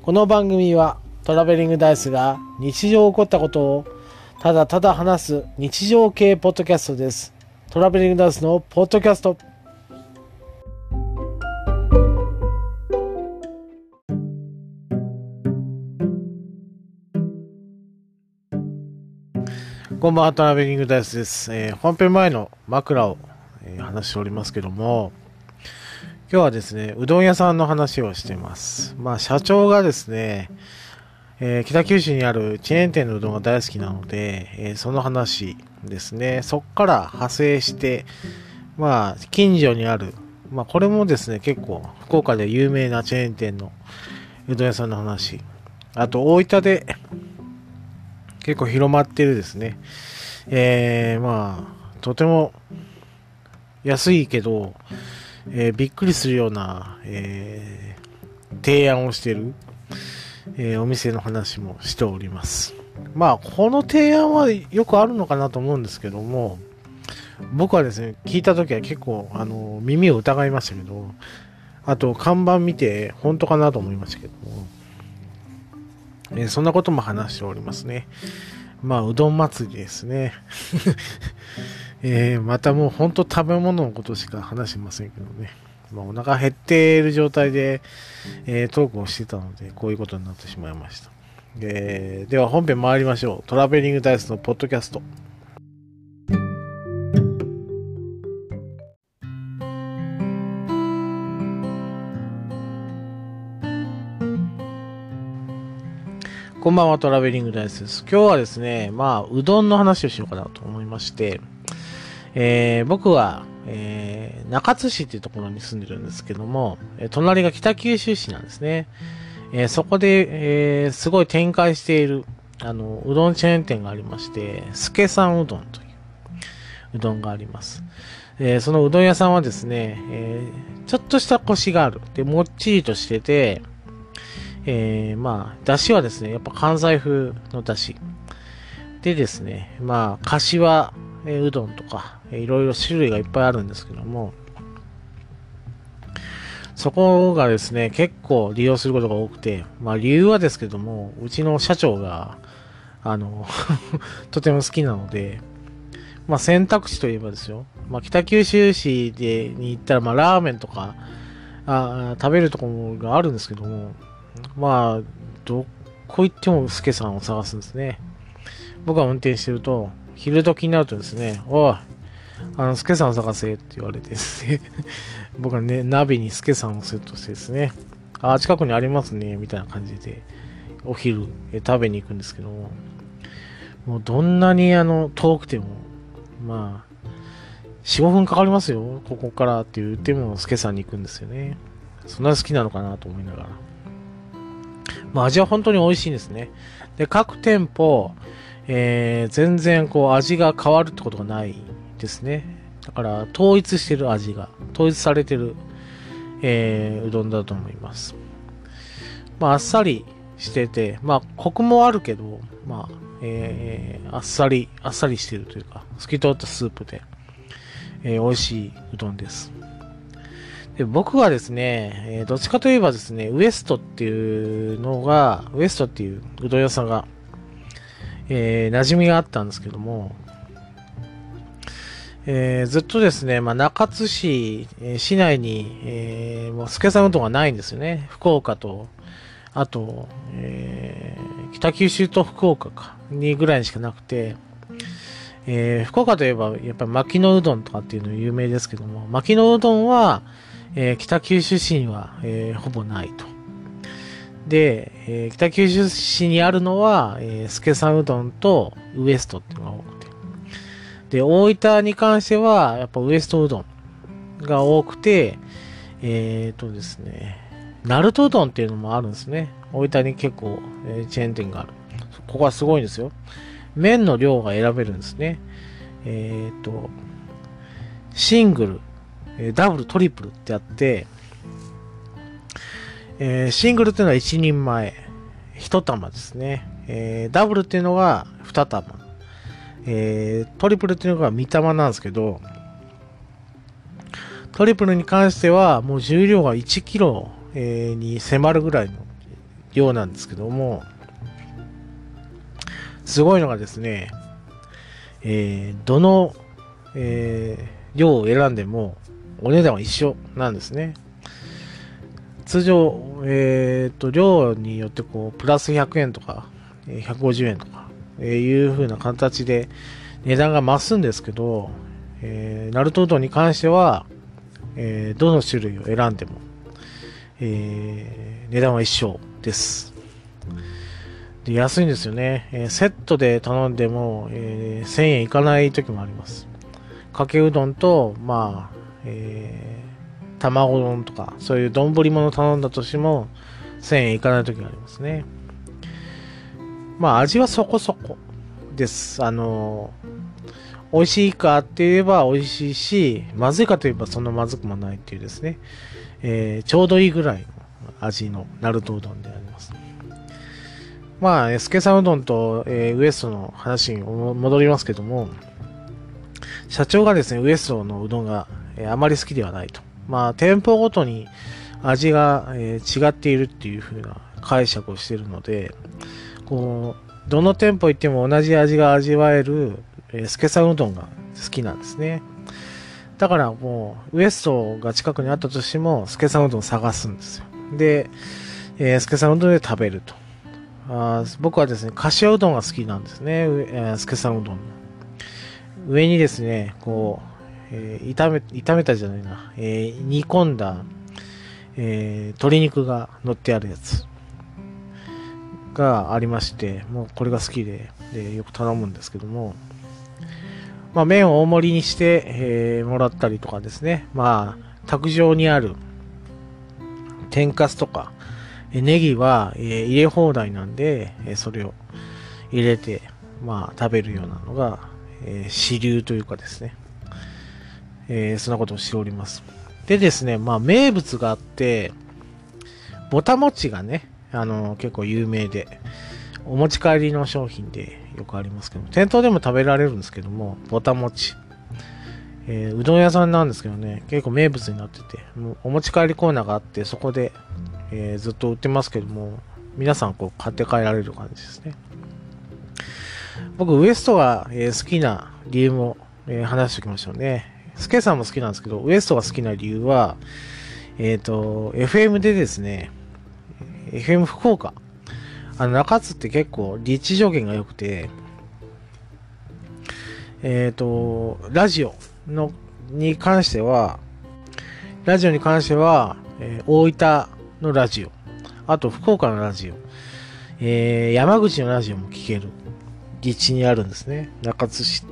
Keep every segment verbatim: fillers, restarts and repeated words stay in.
この番組はトラベリングダイスが日常起こったことをただただ話す日常系ポッドキャストです。トラベリングダイスのポッドキャスト。こんばんは、トラベリングダイスです。えー、本編前の枕を、えー、話しておりますけども、今日はですね、うどん屋さんの話をしています。まあ、社長がですね、えー、北九州にあるチェーン店のうどんが大好きなので、えー、その話ですね、そこから派生して、まあ、近所にある、まあ、これもですね、結構、福岡で有名なチェーン店のうどん屋さんの話、あと、大分で結構広まっているですね、えー、まあ、とても安いけど、えー、びっくりするような、えー、提案をしている、えー、お店の話もしております。まあこの提案はよくあるのかなと思うんですけども、僕はですね聞いた時は結構あの耳を疑いましたけど、あと看板見て本当かなと思いましたけども、えー、そんなことも話しておりますね。まあうどん祭りですね。えー、またもう本当食べ物のことしか話しませんけどね。まあ、お腹減っている状態で、えー、トークをしてたので、こういうことになってしまいました。えー、では本編参りましょう。トラベリングダイスのポッドキャスト。こんばんは、トラベリングダイスです。今日はですね、まあ、うどんの話をしようかなと思いまして、えー、僕は、えー、中津市っていうところに住んでるんですけども、えー、隣が北九州市なんですね。えー、そこで、えー、すごい展開している、あの、うどんチェーン店がありまして、助さんうどんといううどんがあります。えー、そのうどん屋さんはですね、えー、ちょっとしたコシがある。で、もっちりとしてて、えー、まあ、だしはですね、やっぱ関西風のだし。でですね、まあ、かしわうどんとか、いろいろ種類がいっぱいあるんですけども、そこがですね、結構利用することが多くて、まあ理由はですけども、うちの社長が、あの、とても好きなので、まあ選択肢といえばですよ、まあ北九州市でに行ったら、まあラーメンとか、あ食べるところがあるんですけども、まあ、どこ行ってもスケさんを探すんですね。僕が運転してると、昼時になるとですね、おい、あの、スケさんを探せって言われてですね、僕はね、鍋にスケさんをセットしてですね、あ、近くにありますね、みたいな感じで、お昼え食べに行くんですけども、もうどんなにあの、遠くても、まあ、よん、ごふんかかりますよ、ここからって言っても、スケさんに行くんですよね。そんな好きなのかなと思いながら。まあ、味は本当に美味しいんですね。で、各店舗、えー、全然こう、味が変わるってことがないですね。だから、統一してる味が、統一されてる、えー、うどんだと思います。まあ、あっさりしてて、まあ、コクもあるけど、まあ、えー、あっさり、あっさりしてるというか、透き通ったスープで、えー、美味しいうどんです。で僕はですね、えー、どっちかといえばですね、ウエストっていうのが、ウエストっていううどん屋さんが、えー、馴染みがあったんですけども、えー、ずっとですね、まあ、中津市、えー、市内に、えー、もう助さんうどんがないんですよね。福岡と、あと、えー、北九州と福岡か、にぐらいしかなくて、えー、福岡といえば、やっぱり牧野うどんとかっていうの有名ですけども、牧野うどんは、えー、北九州市には、えー、ほぼないと。で、えー、北九州市にあるのは、えー、助さんうどんとウエストっていうのが多くて。で、大分に関しては、やっぱウエストうどんが多くて、えーとですね、ナルトうどんっていうのもあるんですね。大分に結構、えー、チェーン店がある。ここはすごいんですよ。麺の量が選べるんですね。えーと、シングル、ダブル、トリプルってあって、えー、シングルっていうのはいちにんまえ、いち玉ですね。えー、ダブルっていうのがに玉。えー、トリプルっていうのがに玉なんですけど、トリプルに関してはもう重量がいちキロ、えー、に迫るぐらいのようなんですけども、すごいのがですね、えー、どの、えー、量を選んでもお値段は一緒なんですね。通常、えー、と量によってこうプラスひゃくえんとかひゃくごじゅうえんとか、えー、いう風な形で値段が増すんですけど、えー、ナルトうどんに関しては、えー、どの種類を選んでも、えー、値段は一緒です。で、安いんですよね。えー、セットで頼んでも、えー、せんえんいかない時もあります。かけうどんと、まあ、えー卵丼とか、そういう丼物頼んだとしても、せんえんいかない時がありますね。まあ、味はそこそこです。あのー、美味しいかって言えば美味しいし、まずいかといえばそんなまずくもないっていうですね、えー、ちょうどいいぐらいの味のナルトうどんであります。まあ、スケさんうどんと、えー、ウエストの話に戻りますけども、社長がですね、ウエストのうどんが、えー、あまり好きではないと。まあ、店舗ごとに味が、えー、違っているっていう風な解釈をしているので、こう、どの店舗行っても同じ味が味わえる、えー、スケさんうどんが好きなんですね。だからもう、ウエストが近くにあったとしても、スケさんうどんを探すんですよ。で、えー、スケさんうどんで食べると。あ僕はですね、かしわうどんが好きなんですね。えー、スケさんうどんの。上にですね、こう、えー、炒め、炒めたじゃないな、えー、煮込んだ、えー、鶏肉が乗ってあるやつがありまして、もうこれが好きで、でよく頼むんですけども、まあ、麺を大盛りにして、えー、もらったりとかですね、まあ、卓上にある天かすとか、えネギは、えー、入れ放題なんで、えー、それを入れて、まあ、食べるようなのが、えー、主流というかですね、えー、そんなことをしております。でですね、まあ名物があって、ぼたもちがね、あのー、結構有名で、お持ち帰りの商品でよくありますけど、店頭でも食べられるんですけども、ぼたもち。えー、うどん屋さんなんですけどね、結構名物になってて、もうお持ち帰りコーナーがあって、そこで、えー、ずっと売ってますけども、皆さんこう買って帰られる感じですね。僕、ウエストが、えー、好きな理由も、えー、話しておきましょうね。スケさんも好きなんですけど、ウエストが好きな理由は、えっと、エフエム でですね、エフエム 福岡。あの、中津って結構立地条件が良くて、えっと、ラジオの、に関しては、ラジオに関しては、えー、大分のラジオ、あと福岡のラジオ、えー、山口のラジオも聞ける立地にあるんですね、中津市って。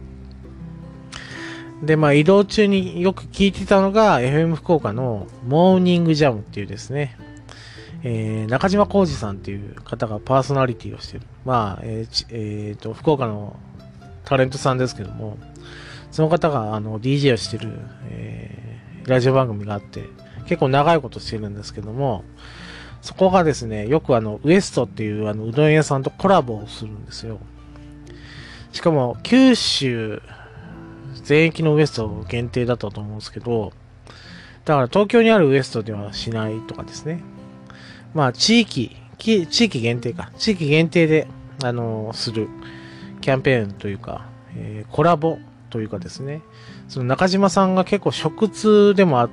で、まあ移動中によく聞いてたのが エフエム 福岡のモーニングジャムっていうですね、えー、中島浩二さんっていう方がパーソナリティをしてる。まあ、えーえー、と、福岡のタレントさんですけども、その方があの ディージェー をしてる、えー、ラジオ番組があって、結構長いことしてるんですけども、そこがですね、よくあの、ウエストっていうあのうどん屋さんとコラボをするんですよ。しかも、九州、全域のウエスト限定だったと思うんですけど、だから東京にあるウエストではしないとかですね。まあ地域、地域限定か。地域限定で、あのー、するキャンペーンというか、えー、コラボというかですね。その中島さんが結構食通でもあって、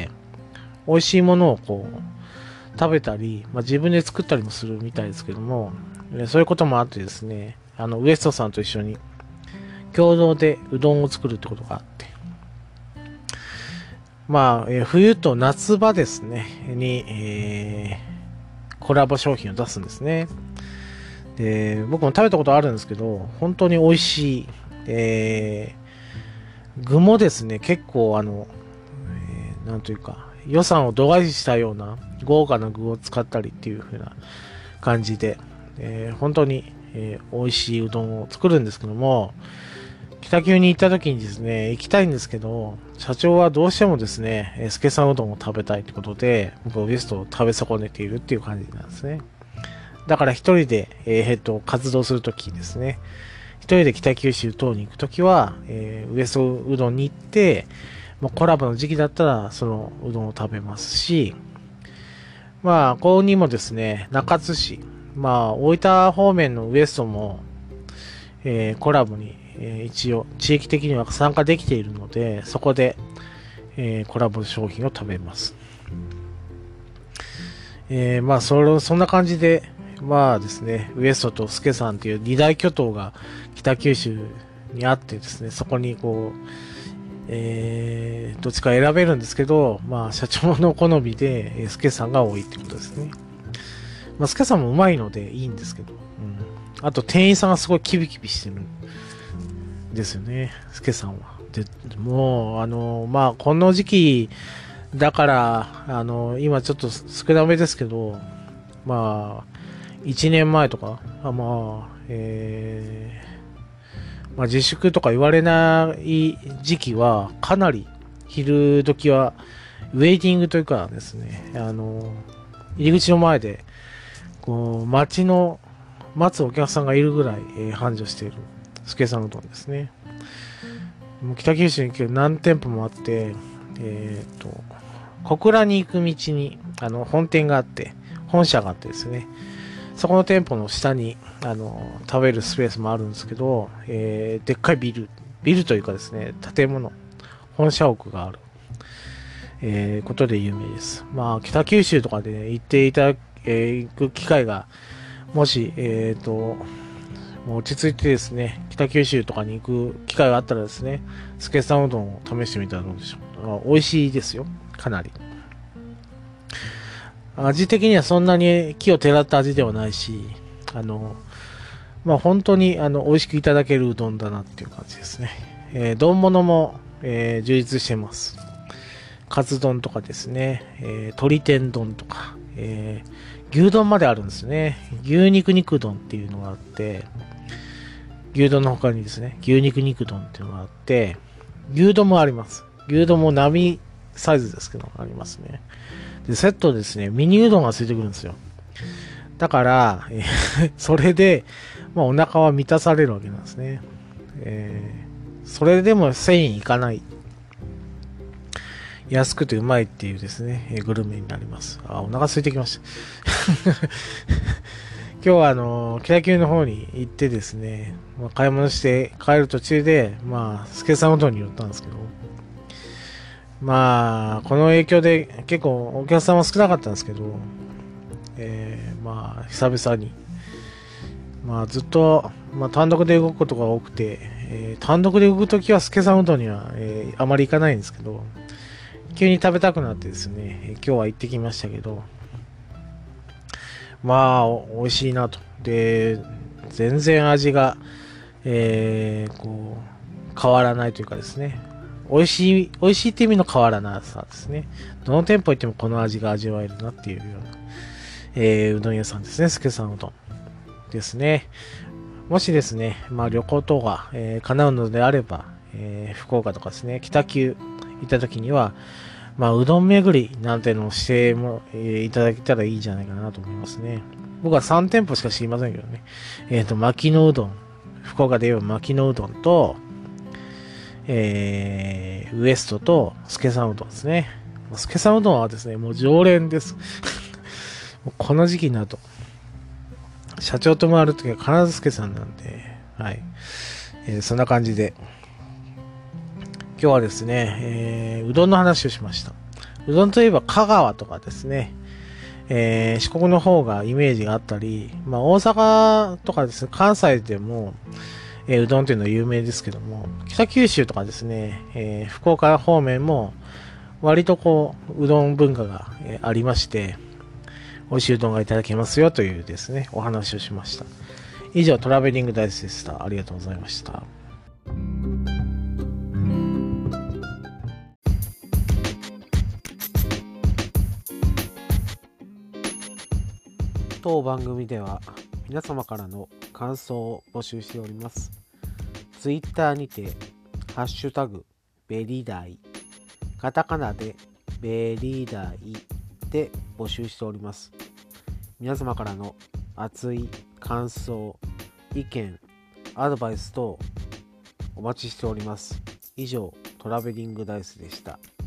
美味しいものをこう、食べたり、まあ、自分で作ったりもするみたいですけども、そういうこともあってですね、あの、ウエストさんと一緒に共同でうどんを作るってことがあって、まあ、えー、冬と夏場ですね、に、えー、コラボ商品を出すんですね。で、僕も食べたことあるんですけど、本当に美味しい。えー、具もですね、結構あの、えー、なんというか、予算を度外視したような豪華な具を使ったりっていう風な感じで、えー、本当に、えー、美味しいうどんを作るんですけども、北九に行った時にですね、行きたいんですけど、社長はどうしてもですね、スケさんうどんを食べたいってことで、僕はウエストを食べ損ねているっていう感じなんですね。だから一人で、えー、えっと、活動するときですね、一人で北九州等に行くときは、えー、ウエストうどんに行って、もうコラボの時期だったら、そのうどんを食べますし、 まあ、ここにもですね、中津市、まあ、大分方面のウエストも、えー、コラボに、えー、一応、地域的には参加できているので、そこで、えー、コラボ商品を食べます。えー、まあ、それ、そんな感じで、まあですね、ウエストとスケさんという二大巨頭が北九州にあってですね、そこにこう、えー、どっちか選べるんですけど、まあ、社長の好みで、えー、スケさんが多いってことですね。まあ、スケさんもうまいのでいいんですけど、うん。あと、店員さんがすごいキビキビしてるんですよね、スケさんは。で、もう、あの、まあ、この時期だから、あの、今ちょっと少なめですけど、まあ、いちねんまえとか、あまあ、えー、まあ、自粛とか言われない時期は、かなり昼時は、ウェイティングというかですね、あの、入り口の前で、こう、街の待つお客さんがいるぐらい、えー繁盛している、スケさんうどんですね。もう北九州に何店舗もあって、えっと、小倉に行く道に、あの、本店があって、本社があってですね、そこの店舗の下に、あの、食べるスペースもあるんですけど、えー、でっかいビル、ビルというかですね、建物、本社屋がある、えー、ことで有名です。まあ、北九州とかで、ね、行っていただ、えー、行く機会が、もし、えっと、もう落ち着いてですね、北九州とかに行く機会があったらですね、スケさんうどんを試してみたらどうでしょう。あ、美味しいですよ、かなり。味的にはそんなに木をてらった味ではないし、あの、まあ、本当にあの美味しくいただけるうどんだなっていう感じですね。えー、丼物も、えー充実してます。カツ丼とかですね、えー鶏天丼とか、えー牛丼まであるんですね。牛肉肉丼っていうのがあって、牛丼の他にですね、牛肉肉丼っていうのがあって、牛丼もあります。牛丼も並サイズですけど、ありますね。で、セットですね、ミニうどんがついてくるんですよ。だから、えーそれで、まあ、お腹は満たされるわけなんですね。えー、それでもせんえんいかない。安くてうまいっていうですね、えーグルメになります。あ、お腹空いてきました。今日はあの、北九の方に行ってですね、まあ、買い物して帰る途中で、まあ、スケさんうどんに寄ったんですけど、まあ、この影響で結構お客さんは少なかったんですけど、えー、まあ、久々に、まあ、ずっと、まあ、単独で動くことが多くて、えー単独で動くときはスケさんうどんには、えーあまり行かないんですけど、急に食べたくなってですね、えー今日は行ってきましたけど、まあ、お美味しいなと。で、全然味が、えーこう、変わらないというかですね、美味しい、美味しいって意味の変わらなさですね。どの店舗行ってもこの味が味わえるなっていうような、えーうどん屋さんですね、スケさんうどんですね。もしですね、まあ旅行等が、えー叶うのであれば、えー福岡とかですね、北九行った時には、まあうどん巡りなんてのをしても、えーいただけたらいいんじゃないかなと思いますね。僕はさん店舗しか知りませんけどね。えっ、と、牧野うどん。福岡で言えば牧野うどんと、えー、ウエストと、助さんうどんですね。助さんうどんはですね、もう常連です。もうこの時期になると、社長と回るときは必ず助さんなんで、はい。えーそんな感じで、今日はですね、えーうどんの話をしました。うどんといえば香川とかですね、えー四国の方がイメージがあったり、まあ大阪とかですね、関西でも、えーうどんというのは有名ですけども、北九州とかですね、えー福岡方面も割とこう、うどん文化が、えーありまして、美味しいうどんがいただけますよというですね、お話をしました。以上、トラベリングダイスでした。ありがとうございました。当番組では皆様からの感想を募集しております。ツイッターにて、ハッシュタグ、ベリダイ、カタカナでベリダイで募集しております。皆様からの熱い感想、意見、アドバイス等お待ちしております。以上、トラベリングダイスでした。